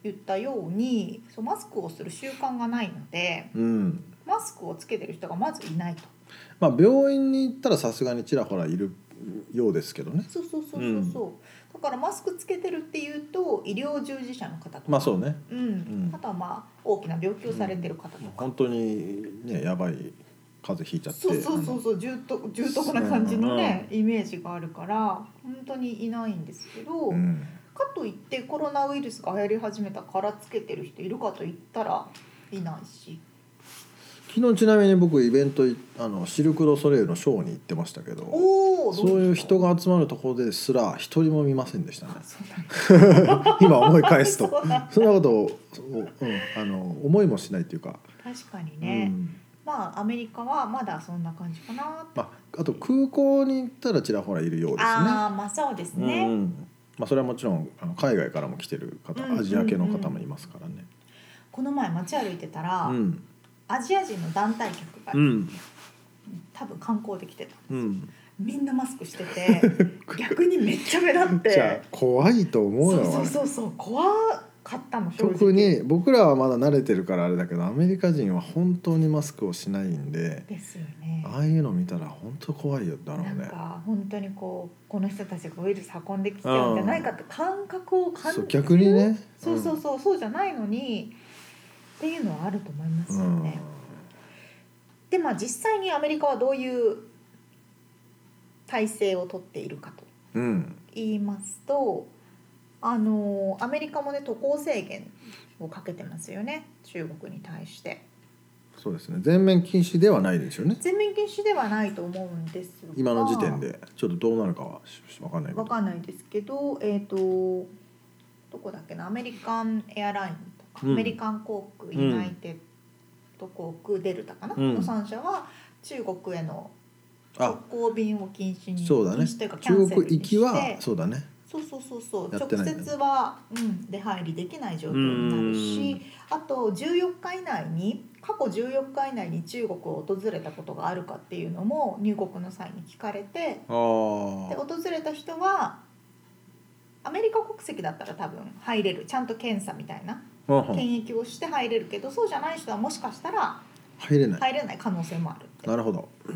言ったようにそうマスクをする習慣がないので、 うん、 マスクをつけてる人がまずいないと。 まあ病院に行ったらさすがにちらほらいるようですけどね。 そうそうそうそうそう、うん、だからマスクつけてるっていうと医療従事者の方とか、 まあそうね、 うんうん、あとはまあ大きな病気をされてる方とか、うん、 本当にねやばい風邪ひいちゃって、 そうそうそうそう重篤重篤な感じのね、うん、イメージがあるから本当にいないんですけど、うん、かといってコロナウイルスが流行り始めたからつけてる人いるかといったらいないし。 昨日ちなみに僕イベントあのシルク・ドゥ・ソレイユのショーに行ってましたけど、そういう人が集まるところですら一人も見ませんでしたね。今思い返すとそんなことを、うん、あの思いもしないというか。 確かにね、うん、まあアメリカはまだそんな感じかな。 まあ、あと空港に行ったらちらほらいるようですね。 ああまあそうですね、 うんまあ、それはもちろんあの海外からも来てる方、アジア系の方もいますからね、うんうんうん、 この前街歩いてたら、うんアジア人の団体客が、うん、多分観光で来てたんですよ、うん、みんなマスクしてて逆にめっちゃ目立ってじゃあ怖いと思うよ。 そうそうそう怖かったの正直。 特に僕らはまだ慣れてるからあれだけどアメリカ人は本当にマスクをしないんでですよね。 ああいうの見たら本当怖いよだろうね。 なんか本当にこうこの人たちがウイルス運んできちゃうんじゃないかって感覚を感じる。 そう逆にね、 そうそうそうそうじゃないのにっていうのはあると思いますよね、うん、でまあ実際にアメリカはどういう体制をとっているかと言いますと、うん、あのアメリカもね渡航制限をかけてますよね中国に対して。 そうですね全面禁止ではないですよね。 全面禁止ではないと思うんですが今の時点でちょっとどうなるかは分かんない分かんないですけど、えーと、どこだっけなアメリカンエアラインアメリカン航空、ユナイテッド航空、デルタかな、うん、のさん社は中国への直行便を禁止にそうだね、 禁止というかキャンセルにして、中国行きはそうだねそうそうそうそう直接は、うん、出入りできない状況になるし、あとじゅうよっか以内に過去じゅうよっか以内に中国を訪れたことがあるかっていうのも入国の際に聞かれて、で訪れた人はアメリカ国籍だったら多分入れるちゃんと検査みたいな検疫をして入れるけど、そうじゃない人はもしかしたら入れない入れない可能性もあるって。 なるほど、うん、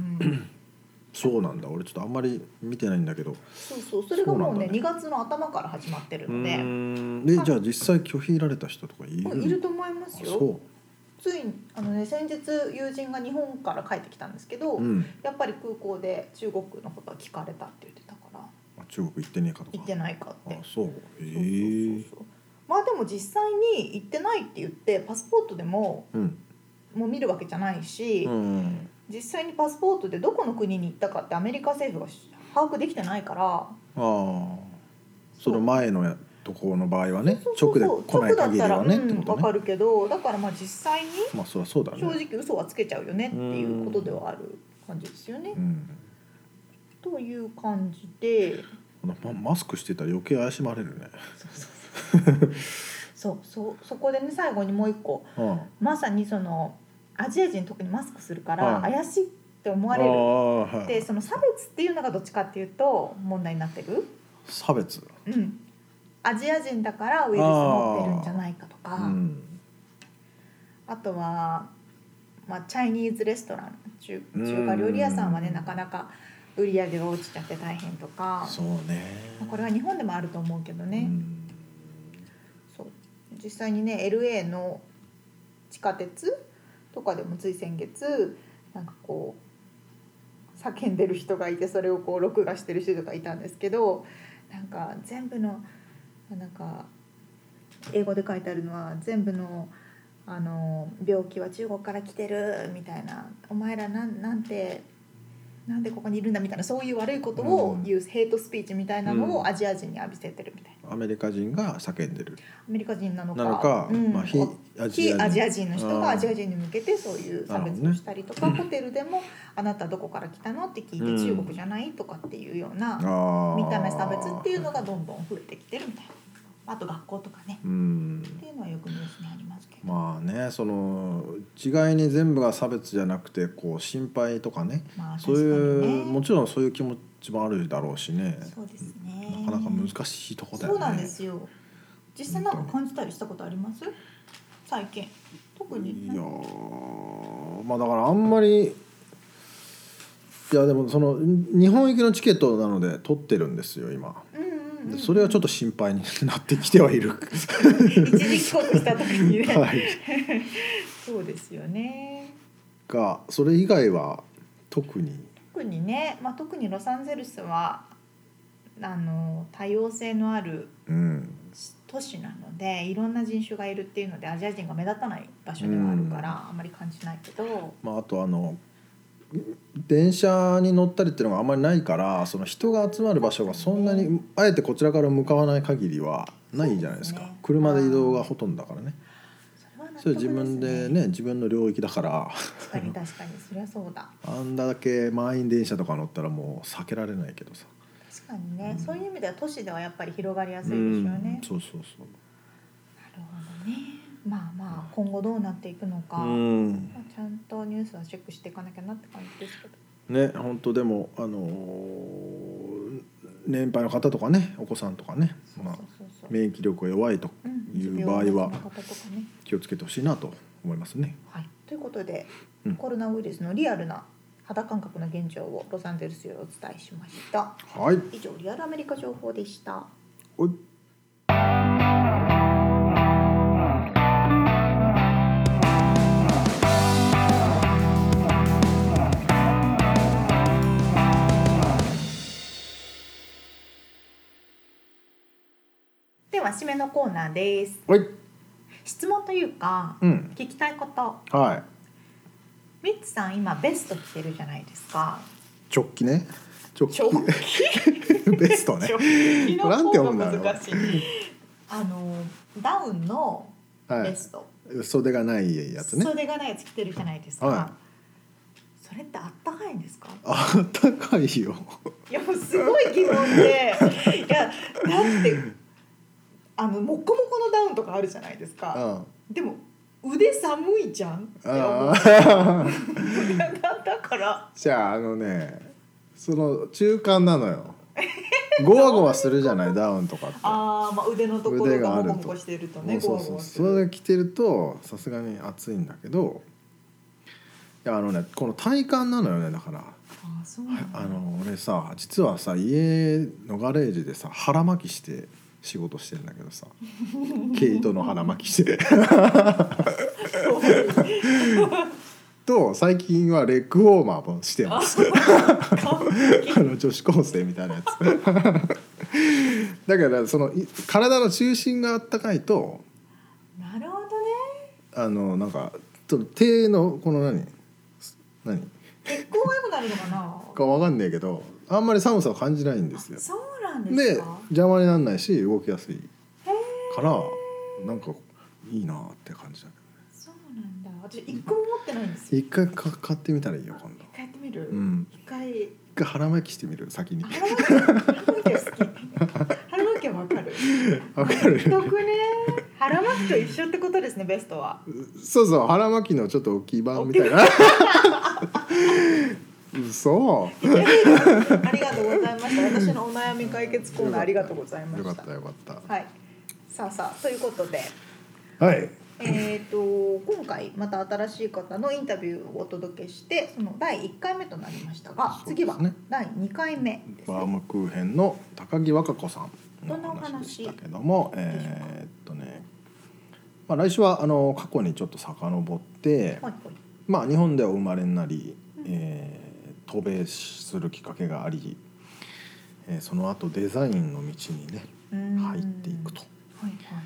そうなんだ。俺ちょっとあんまり見てないんだけど、 そうそうそれがもう ね, ねにがつの頭から始まってるので。うーんでじゃあ実際拒否られた人とかいる？ いると思いますよ。そうついあの、ね、先日友人が日本から帰ってきたんですけど、うん、やっぱり空港で中国のことは聞かれたって言ってたから。 中国行ってねえかとか。 行ってないかって。 あそうへえ。 まあでも実際に行ってないって言ってパスポートでも、うん、もう見るわけじゃないし、うん、実際にパスポートでどこの国に行ったかってアメリカ政府が把握できてないから。ああその前のところの場合はね、直で来ない限りはねってことね。 分かるけど、だからまあ実際にまあそりゃそうだね。 正直嘘はつけちゃうよねっていうことではある感じですよね。うん、という感じで、 マスクしてたら余計怪しまれるね。 そうそうそうそうそうそこでね最後にもう一個、うん、まさにそのアジア人特にマスクするから怪しいって思われる、はい、でその差別っていうのがどっちかっていうと問題になってる。 差別、 うん、アジア人だからウイルス持ってるんじゃないかとか、 あ,、うん、あとは、まあ、チャイニーズレストラン 中, 中華料理屋さんはねなかなか売り上げが落ちちゃって大変とか。 そうね、 これは日本でもあると思うけどね、うん、そう実際にね エルエー の地下鉄とかでもつい先月なんかこう叫んでる人がいてそれをこう録画してる人とかいたんですけど、なんか全部のなんか英語で書いてあるのは全部のあの病気は中国から来てるみたいな、お前らなん、なんてなんでここにいるんだみたいな、そういう悪いことを言うヘイトスピーチみたいなのをアジア人に浴びせてるみたいな、 うん、アメリカ人が叫んでるアメリカ人なのか、 なのか、うんまあ、非アジア人、非アジア人の人がアジア人に向けてそういう差別をしたりとか、ね、ホテルでもあなたどこから来たのって聞いて中国じゃないとかっていうような見た目差別っていうのがどんどん増えてきてるみたいな。あと学校とかね、うん、っていうのはよくニュースにありますけど、 まあね、その一概に全部が差別じゃなくてこう心配とかね、まあ、そういうもちろんそういう気持ちもあるだろうしね。 そうですね、 なかなか難しいところだよね。 そうなんですよ。 実際なんか感じたりしたことあります？最近特に。 いやまあだからあんまり、いやでもその日本行きのチケットなので取ってるんですよ今、 うんうんうん、 でそれはちょっと心配になってきてはいる一時帰国した時にね、 はい、 そうですよね。 がそれ以外は特に特にね、まあ、特にロサンゼルスはあの多様性のある都市なので、いろんな人種がいるっていうのでアジア人が目立たない場所ではあるから、あんまり感じないけど、 まあ、あとあの電車に乗ったりっていうのがあんまりないから、その人が集まる場所がそんなにあえてこちらから向かわない限りはないじゃないですか。 そうですね、 車で移動がほとんどだからね。 それは納得ですね。 それ自分でね、自分の領域だから確かに確かにそりゃそうだ。 あんだけ満員電車とか乗ったらもう避けられないけどさ。 確かにね、うん、そういう意味では都市ではやっぱり広がりやすいでしょうね、 うん、そうそうそう。 なるほどね。まあまあ今後どうなっていくのか、 うんまあ、ちゃんとニュースはチェックしていかなきゃなって感じですけどね。本当でもあのー、年配の方とかね、お子さんとかね、まあ、免疫力が弱いという場合は気をつけてほしいなと思いますね。 はい、ということで、うん、コロナウイルスのリアルな肌感覚の現状をロサンゼルスよりお伝えしました。 はい、 以上リアルアメリカ情報でした。 おいでは締めのコーナーです。 はい、 質問というか、うん、聞きたいこと。 はい。 ミッツさん今ベスト着てるじゃないですか。 直帰ね。 直帰ベストね。 直帰の方が難しい。あのダウンのベスト、 はい、袖がないやつね。 袖がないやつ着てるじゃないですか、はい、それってあったかいんですか？ あったかいよ。 いやもうすごい疑問でいやだってあのモコモコのダウンとかあるじゃないですか、うん、でも腕寒いじゃんって思うだからじゃああのね、その中間なのよ。ゴワゴワするじゃないダウンとかって。 あ、まあ、腕のところがモコモコしてるとね、 ゴワゴワする。それ着てるとさすがに暑いんだけど、いやあのね、この体感なのよね。だからあ、そうなんだ。 あの俺さ、実はさ家のガレージでさ腹巻きして仕事してるんだけどさ毛糸の腹巻きしてと最近はレッグウォーマーもしてますあの女子高生みたいなやつだからその体の中心があったかいと、 なるほどね、 あのなんか手のこの何何血行が良くなるのかなか分かんないけど、あんまり寒さを感じないんですよ。 そうなんですか。 で邪魔にならないし動きやすいからなんかいいなって感じだけどね。 そうなんだ。私一個も持ってないんですよ。 一回か買ってみたらいいよ今度。 一回やってみる。 うん。 一回。一回腹巻きしてみる先に。 腹巻き腹巻き好き。腹巻きはわかる。 わかる。 得ね。腹巻きと一緒ってことですね、ベストは。 そうそう、腹巻きのちょっと大きい版みたいな。そう。 ありがとうございました。私のお悩み解決コーナーありがとうございました。 よかったよかった。 はい。さあさあということで、 はい。 えっと今回また新しい方のインタビューをお届けして、そのだいいっかいめとなりましたが、次はだいにかいめですね。 バームクーヘンの高木和歌子さんの話でしたけども、えー、っとね、まあ来週はあの過去にちょっと遡って、はいはい、まあ日本でお生まれになり、うん、えー渡米するきっかけがあり、えー、その後デザインの道にね入っていくと、はいはいはい、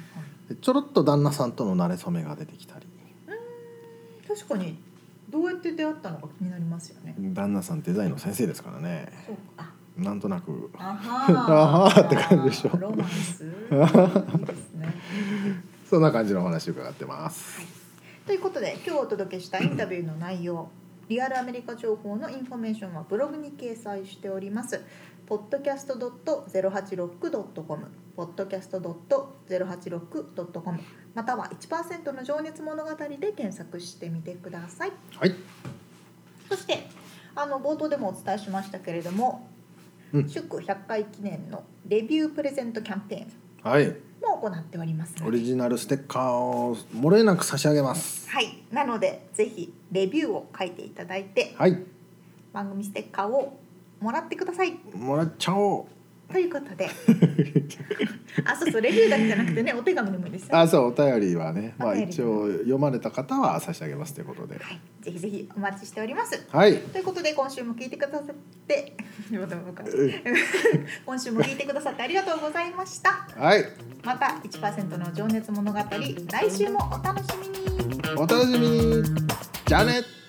でちょろっと旦那さんとの馴れ初めが出てきたり、 うん、確かにどうやって出会ったのか気になりますよね。 旦那さんデザインの先生ですからね。 そうか、 なんとなくあはーって感じでしょ。 ロマンスいいですね。 そんな感じのお話を伺ってます、 はい、ということで今日お届けしたインタビューの内容リアルアメリカ情報のインフォメーションはブログに掲載しております。ポッドキャスト ドットゼロはちろく ドットコム ポッドキャスト ドットゼロはちろく ドットコム または いちパーセント の情熱物語で検索してみてください。 はい。 そしてあの冒頭でもお伝えしましたけれども、うん、祝ひゃっかい記念のレビュープレゼントキャンペーンはいも行っておりますので、 オリジナルステッカーを漏れなく差し上げます。 はい、なのでぜひレビューを書いていただいて、 はい、 番組ステッカーをもらってください。 もらっちゃおうということであ、そうそう、レビューだけじゃなくてね、お手紙でもいいですよ。 あ、そう、お便りはね、まあ、 お便り一応読まれた方は差し上げますということで、 はい、ぜひぜひお待ちしております。 はい、 ということで今週も聞いてくださって今週も聞いてくださってありがとうございました。 はい、 また いちパーセント の情熱物語、来週もお楽しみに。 お楽しみに。じゃあね。